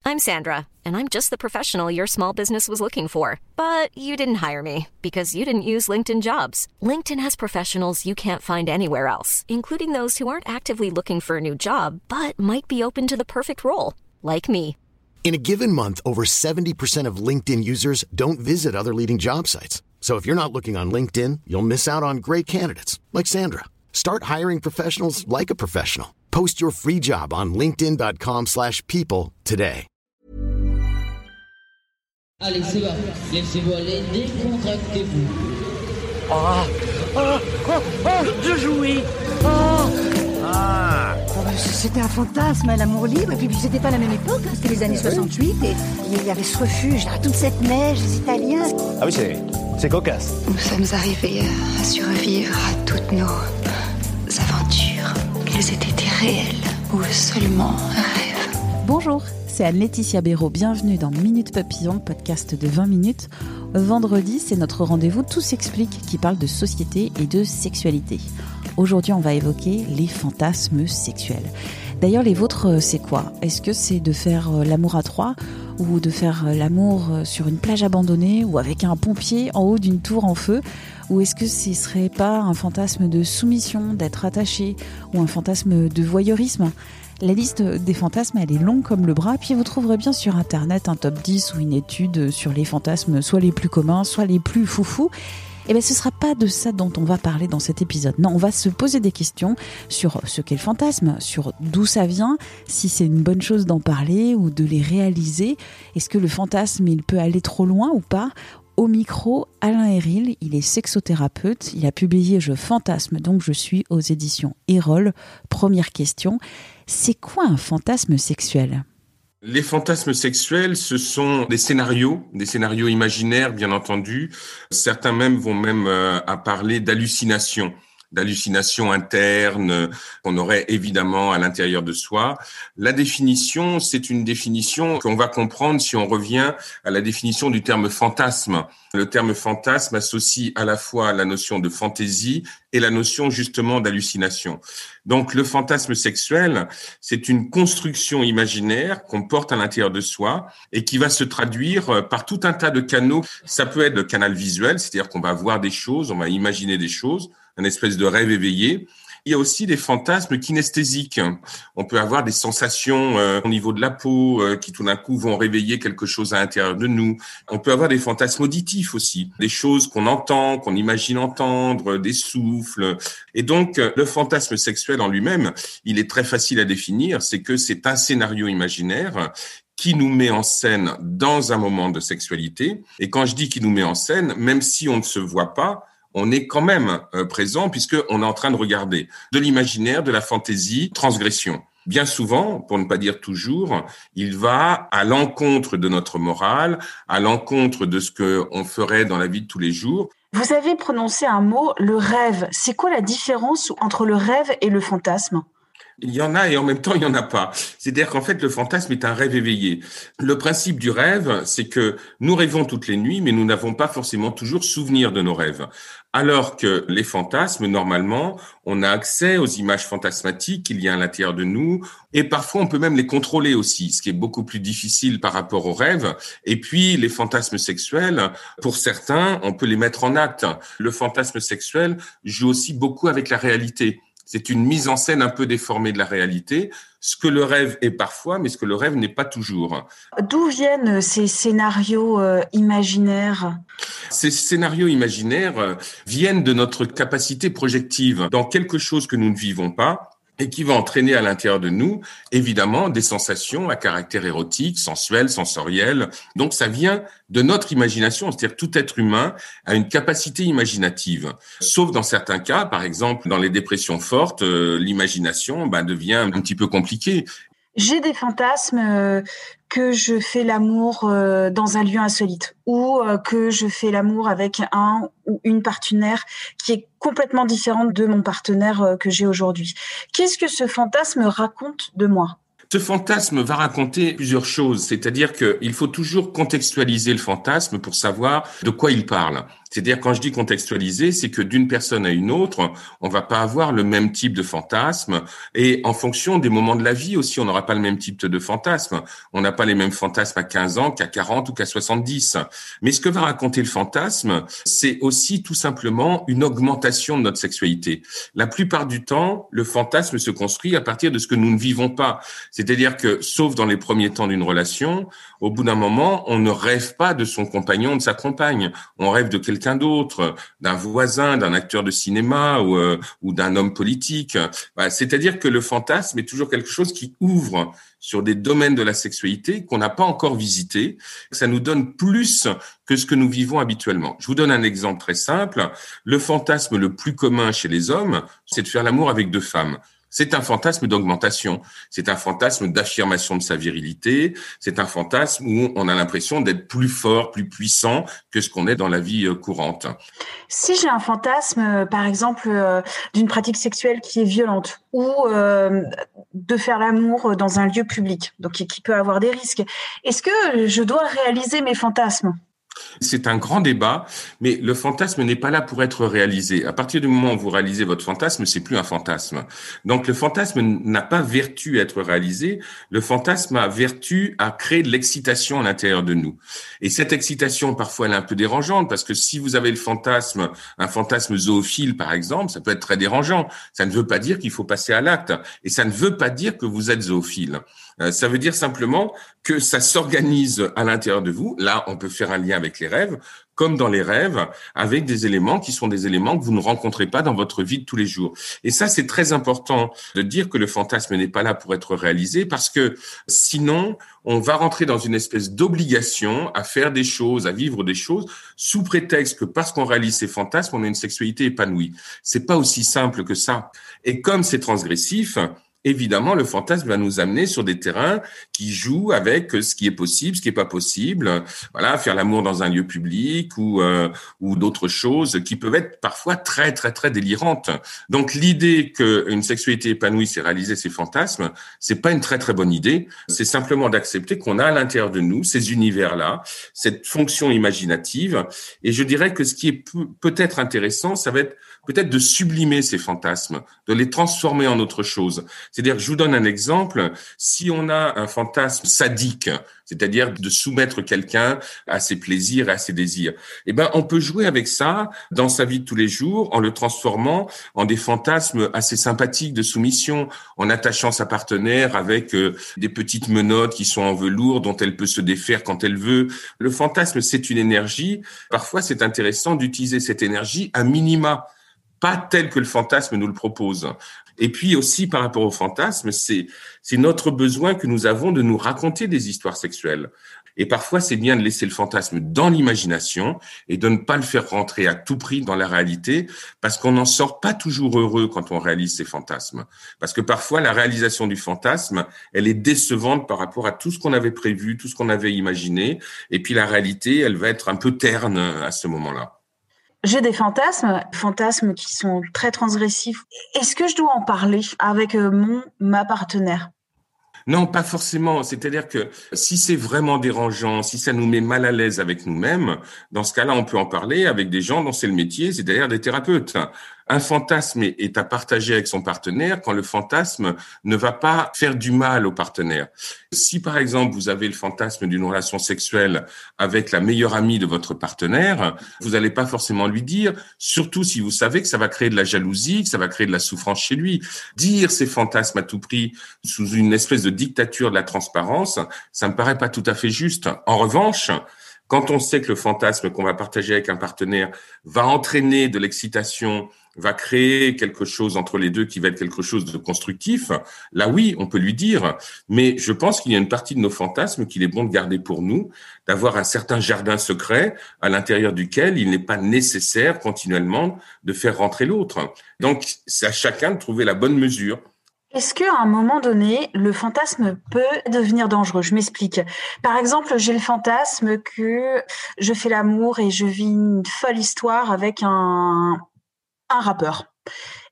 I'm Sandra, and I'm just the professional your small business was looking for. But you didn't hire me because you didn't use LinkedIn Jobs. LinkedIn has professionals you can't find anywhere else, including those who aren't actively looking for a new job, but might be open to the perfect role, like me. In a given month, over 70% of LinkedIn users don't visit other leading job sites. So if you're not looking on LinkedIn, you'll miss out on great candidates like Sandra. Start hiring professionals like a professional. Post your free job on linkedin.com/people today. Allez, c'est bon. Laissez-vous aller, décontractez-vous. Je jouis. C'était un fantasme, l'amour libre, et puis c'était pas la même époque, hein, c'était les années 68, et il y avait ce refuge, là, toute cette neige, les Italiens. Ah oui, c'est cocasse. Nous sommes arrivés à survivre à toutes nos aventures. Elles étaient réelles ou seulement un rêve. Bonjour, c'est Anne-Laetitia Béraud, bienvenue dans Minute Papillon, podcast de 20 minutes. Vendredi, c'est notre rendez-vous Tout s'explique qui parle de société et de sexualité. Aujourd'hui, on va évoquer les fantasmes sexuels. D'ailleurs, les vôtres, c'est quoi ? Est-ce que c'est de faire l'amour à trois ou de faire l'amour sur une plage abandonnée ou avec un pompier en haut d'une tour en feu ? Ou est-ce que ce serait pas un fantasme de soumission, d'être attaché ou un fantasme de voyeurisme ? La liste des fantasmes, elle est longue comme le bras, puis vous trouverez bien sur internet un top 10 ou une étude sur les fantasmes, soit les plus communs, soit les plus foufous. Eh bien, ce ne sera pas de ça dont on va parler dans cet épisode. Non, on va se poser des questions sur ce qu'est le fantasme, sur d'où ça vient, si c'est une bonne chose d'en parler ou de les réaliser. Est-ce que le fantasme, il peut aller trop loin ou pas ? Au micro, Alain Héril, il est sexothérapeute. Il a publié Je fantasme, donc je suis aux éditions Erol. Première question, c'est quoi un fantasme sexuel ? Les fantasmes sexuels, ce sont des scénarios imaginaires, bien entendu. Certains même vont à parler d'hallucinations internes qu'on aurait évidemment à l'intérieur de soi. La définition, c'est une définition qu'on va comprendre si on revient à la définition du terme fantasme. Le terme fantasme associe à la fois la notion de fantaisie et la notion justement d'hallucination. Donc le fantasme sexuel, c'est une construction imaginaire qu'on porte à l'intérieur de soi et qui va se traduire par tout un tas de canaux. Ça peut être le canal visuel, c'est-à-dire qu'on va voir des choses, on va imaginer des choses, une espèce de rêve éveillé. Il y a aussi des fantasmes kinesthésiques. On peut avoir des sensations au niveau de la peau qui tout d'un coup vont réveiller quelque chose à l'intérieur de nous. On peut avoir des fantasmes auditifs aussi, des choses qu'on entend, qu'on imagine entendre, des souffles. Et donc, le fantasme sexuel en lui-même, il est très facile à définir, c'est que c'est un scénario imaginaire qui nous met en scène dans un moment de sexualité. Et quand je dis qui nous met en scène, même si on ne se voit pas, on est quand même présent puisqu'on est en train de regarder de l'imaginaire, de la fantaisie, transgression. Bien souvent, pour ne pas dire toujours, il va à l'encontre de notre morale, à l'encontre de ce qu'on ferait dans la vie de tous les jours. Vous avez prononcé un mot, le rêve. C'est quoi la différence entre le rêve et le fantasme ? Il y en a et en même temps, il y en a pas. C'est-à-dire qu'en fait, le fantasme est un rêve éveillé. Le principe du rêve, c'est que nous rêvons toutes les nuits, mais nous n'avons pas forcément toujours souvenir de nos rêves. Alors que les fantasmes, normalement, on a accès aux images fantasmatiques qu'il y a à l'intérieur de nous et parfois on peut même les contrôler aussi, ce qui est beaucoup plus difficile par rapport aux rêves. Et puis, les fantasmes sexuels, pour certains, on peut les mettre en acte. Le fantasme sexuel joue aussi beaucoup avec la réalité. C'est une mise en scène un peu déformée de la réalité, ce que le rêve est parfois, mais ce que le rêve n'est pas toujours. D'où viennent ces scénarios imaginaires ? Ces scénarios imaginaires viennent de notre capacité projective dans quelque chose que nous ne vivons pas et qui va entraîner à l'intérieur de nous, évidemment, des sensations à caractère érotique, sensuel, sensoriel. Donc, ça vient de notre imagination, c'est-à-dire tout être humain a une capacité imaginative. Sauf dans certains cas, par exemple, dans les dépressions fortes, l'imagination devient un petit peu compliquée. J'ai des fantasmes que je fais l'amour dans un lieu insolite ou que je fais l'amour avec un ou une partenaire qui est complètement différente de mon partenaire que j'ai aujourd'hui. Qu'est-ce que ce fantasme raconte de moi ? Ce fantasme va raconter plusieurs choses, c'est-à-dire qu'il faut toujours contextualiser le fantasme pour savoir de quoi il parle. C'est-à-dire, quand je dis contextualiser, c'est que d'une personne à une autre, on va pas avoir le même type de fantasme. Et en fonction des moments de la vie aussi, on n'aura pas le même type de fantasme. On n'a pas les mêmes fantasmes à 15 ans qu'à 40 ou qu'à 70. Mais ce que va raconter le fantasme, c'est aussi tout simplement une augmentation de notre sexualité. La plupart du temps, le fantasme se construit à partir de ce que nous ne vivons pas. C'est-à-dire que, sauf dans les premiers temps d'une relation, au bout d'un moment, on ne rêve pas de son compagnon, de sa compagne. On rêve de quelqu'un d'autre, d'un voisin, d'un acteur de cinéma ou d'un homme politique. C'est-à-dire que le fantasme est toujours quelque chose qui ouvre sur des domaines de la sexualité qu'on n'a pas encore visités. Ça nous donne plus que ce que nous vivons habituellement. Je vous donne un exemple très simple. Le fantasme le plus commun chez les hommes, c'est de faire l'amour avec 2 femmes. C'est un fantasme d'augmentation, c'est un fantasme d'affirmation de sa virilité, c'est un fantasme où on a l'impression d'être plus fort, plus puissant que ce qu'on est dans la vie courante. Si j'ai un fantasme, par exemple, d'une pratique sexuelle qui est violente ou de faire l'amour dans un lieu public, donc qui peut avoir des risques, est-ce que je dois réaliser mes fantasmes ? C'est un grand débat, mais le fantasme n'est pas là pour être réalisé. À partir du moment où vous réalisez votre fantasme, c'est plus un fantasme. Donc le fantasme n'a pas vertu à être réalisé, le fantasme a vertu à créer de l'excitation à l'intérieur de nous. Et cette excitation, parfois, elle est un peu dérangeante, parce que si vous avez un fantasme zoophile, par exemple, ça peut être très dérangeant. Ça ne veut pas dire qu'il faut passer à l'acte, et ça ne veut pas dire que vous êtes zoophile. Ça veut dire simplement que ça s'organise à l'intérieur de vous. Là, on peut faire un lien avec les rêves, comme dans les rêves, avec des éléments qui sont des éléments que vous ne rencontrez pas dans votre vie de tous les jours. Et ça, c'est très important de dire que le fantasme n'est pas là pour être réalisé, parce que sinon, on va rentrer dans une espèce d'obligation à faire des choses, à vivre des choses, sous prétexte que parce qu'on réalise ces fantasmes, on a une sexualité épanouie. C'est pas aussi simple que ça. Et comme c'est transgressif, évidemment, le fantasme va nous amener sur des terrains qui jouent avec ce qui est possible, ce qui est pas possible. Voilà, faire l'amour dans un lieu public ou d'autres choses qui peuvent être parfois très, très, très délirantes. Donc, l'idée qu'une sexualité épanouie, c'est réaliser ses fantasmes, c'est pas une très, très bonne idée. C'est simplement d'accepter qu'on a à l'intérieur de nous ces univers-là, cette fonction imaginative. Et je dirais que ce qui est peut-être intéressant, ça va être peut-être de sublimer ces fantasmes, de les transformer en autre chose. C'est-à-dire, je vous donne un exemple, si on a un fantasme sadique, c'est-à-dire de soumettre quelqu'un à ses plaisirs et à ses désirs, on peut jouer avec ça dans sa vie de tous les jours en le transformant en des fantasmes assez sympathiques de soumission, en attachant sa partenaire avec des petites menottes qui sont en velours dont elle peut se défaire quand elle veut. Le fantasme, c'est une énergie. Parfois, c'est intéressant d'utiliser cette énergie à minima, pas tel que le fantasme nous le propose. Et puis aussi, par rapport au fantasme, c'est notre besoin que nous avons de nous raconter des histoires sexuelles. Et parfois, c'est bien de laisser le fantasme dans l'imagination et de ne pas le faire rentrer à tout prix dans la réalité, parce qu'on n'en sort pas toujours heureux quand on réalise ces fantasmes. Parce que parfois, la réalisation du fantasme, elle est décevante par rapport à tout ce qu'on avait prévu, tout ce qu'on avait imaginé. Et puis la réalité, elle va être un peu terne à ce moment-là. J'ai des fantasmes qui sont très transgressifs. Est-ce que je dois en parler avec ma partenaire ? Non, pas forcément. C'est-à-dire que si c'est vraiment dérangeant, si ça nous met mal à l'aise avec nous-mêmes, dans ce cas-là, on peut en parler avec des gens dont c'est le métier, c'est-à-dire des thérapeutes. Un fantasme est à partager avec son partenaire quand le fantasme ne va pas faire du mal au partenaire. Si, par exemple, vous avez le fantasme d'une relation sexuelle avec la meilleure amie de votre partenaire, vous n'allez pas forcément lui dire, surtout si vous savez que ça va créer de la jalousie, que ça va créer de la souffrance chez lui. Dire ces fantasmes à tout prix sous une espèce de dictature de la transparence, ça me paraît pas tout à fait juste. En revanche, quand on sait que le fantasme qu'on va partager avec un partenaire va entraîner de l'excitation, va créer quelque chose entre les deux qui va être quelque chose de constructif, là oui, on peut lui dire. Mais je pense qu'il y a une partie de nos fantasmes qu'il est bon de garder pour nous, d'avoir un certain jardin secret à l'intérieur duquel il n'est pas nécessaire continuellement de faire rentrer l'autre. Donc, c'est à chacun de trouver la bonne mesure. Est-ce qu'à un moment donné, le fantasme peut devenir dangereux ? Je m'explique. Par exemple, j'ai le fantasme que je fais l'amour et je vis une folle histoire avec un rappeur.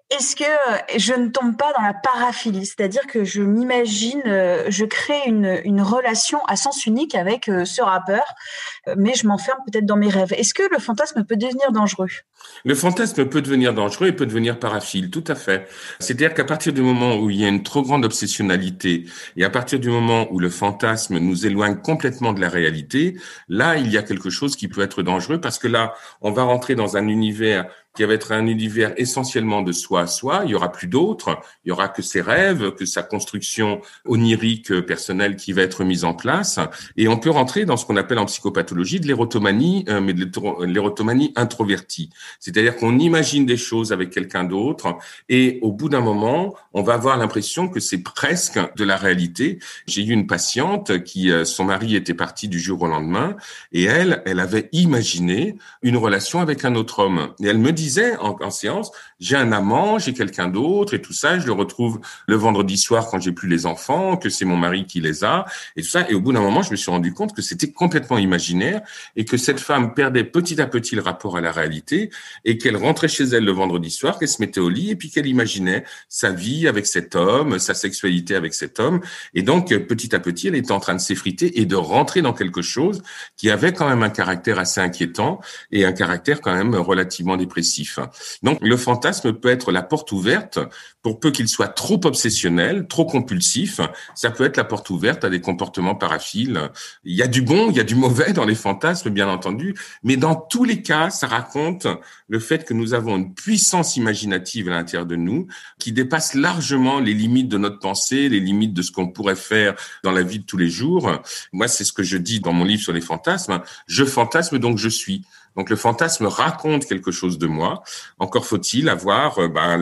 est-ce que je ne tombe pas dans la paraphilie, c'est-à-dire que je m'imagine, je crée une relation à sens unique avec ce rappeur, mais je m'enferme peut-être dans mes rêves. Est-ce que le fantasme peut devenir dangereux ? Le fantasme peut devenir dangereux et peut devenir paraphile, tout à fait. C'est-à-dire qu'à partir du moment où il y a une trop grande obsessionnalité et à partir du moment où le fantasme nous éloigne complètement de la réalité, là, il y a quelque chose qui peut être dangereux parce que là, on va rentrer dans un univers qui va être un univers essentiellement de soi à soi. Il y aura plus d'autres. Il y aura que ses rêves, que sa construction onirique personnelle qui va être mise en place. Et on peut rentrer dans ce qu'on appelle en psychopathologie de l'érotomanie, mais de l'érotomanie introvertie. C'est-à-dire qu'on imagine des choses avec quelqu'un d'autre et au bout d'un moment, on va avoir l'impression que c'est presque de la réalité. J'ai eu une patiente qui, son mari était parti du jour au lendemain et elle avait imaginé une relation avec un autre homme. Et elle me disait en séance, j'ai un amant, j'ai quelqu'un d'autre et tout ça, je le retrouve le vendredi soir quand j'ai plus les enfants, que c'est mon mari qui les a et tout ça. Et au bout d'un moment, je me suis rendu compte que c'était complètement imaginaire et que cette femme perdait petit à petit le rapport à la réalité et qu'elle rentrait chez elle le vendredi soir, qu'elle se mettait au lit et puis qu'elle imaginait sa vie avec cet homme, sa sexualité avec cet homme. Et donc, petit à petit, elle était en train de s'effriter et de rentrer dans quelque chose qui avait quand même un caractère assez inquiétant et un caractère quand même relativement dépressif. Donc, le fantasme peut être la porte ouverte, pour peu qu'il soit trop obsessionnel, trop compulsif, ça peut être la porte ouverte à des comportements paraphiles. Il y a du bon, il y a du mauvais dans les fantasmes, bien entendu, mais dans tous les cas, ça raconte le fait que nous avons une puissance imaginative à l'intérieur de nous qui dépasse largement les limites de notre pensée, les limites de ce qu'on pourrait faire dans la vie de tous les jours. Moi, c'est ce que je dis dans mon livre sur les fantasmes. Je fantasme, donc je suis. Donc le fantasme raconte quelque chose de moi. Encore faut-il avoir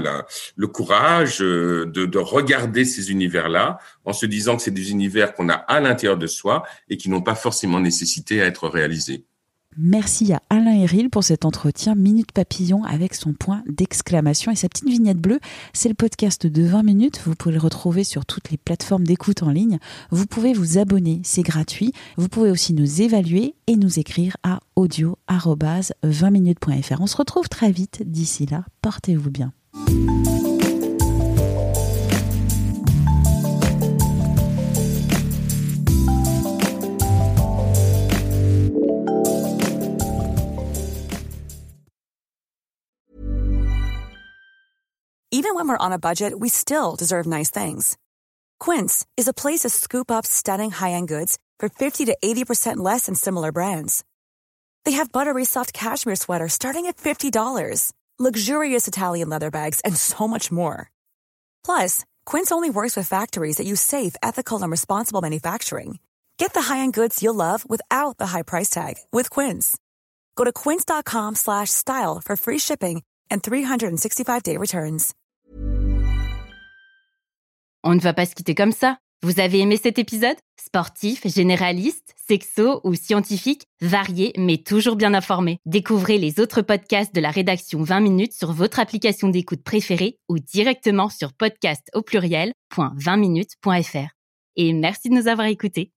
le courage de regarder ces univers-là en se disant que c'est des univers qu'on a à l'intérieur de soi et qui n'ont pas forcément nécessité à être réalisés. Merci à Alain Héril pour cet entretien Minute Papillon avec son point d'exclamation et sa petite vignette bleue. C'est le podcast de 20 minutes. Vous pouvez le retrouver sur toutes les plateformes d'écoute en ligne. Vous pouvez vous abonner, c'est gratuit. Vous pouvez aussi nous évaluer et nous écrire à audio@20minutes.fr. On se retrouve très vite. D'ici là, portez-vous bien. Even when we're on a budget, we still deserve nice things. Quince is a place to scoop up stunning high-end goods for 50 to 80% less than similar brands. They have buttery soft cashmere sweaters starting at $50, luxurious Italian leather bags, and so much more. Plus, Quince only works with factories that use safe, ethical, and responsible manufacturing. Get the high-end goods you'll love without the high price tag with Quince. Go to quince.com/style for free shipping and 365-day returns. On ne va pas se quitter comme ça. Vous avez aimé cet épisode ? Sportif, généraliste, sexo ou scientifique, varié mais toujours bien informé. Découvrez les autres podcasts de la rédaction 20 minutes sur votre application d'écoute préférée ou directement sur podcast@20minutes.fr. Et merci de nous avoir écoutés.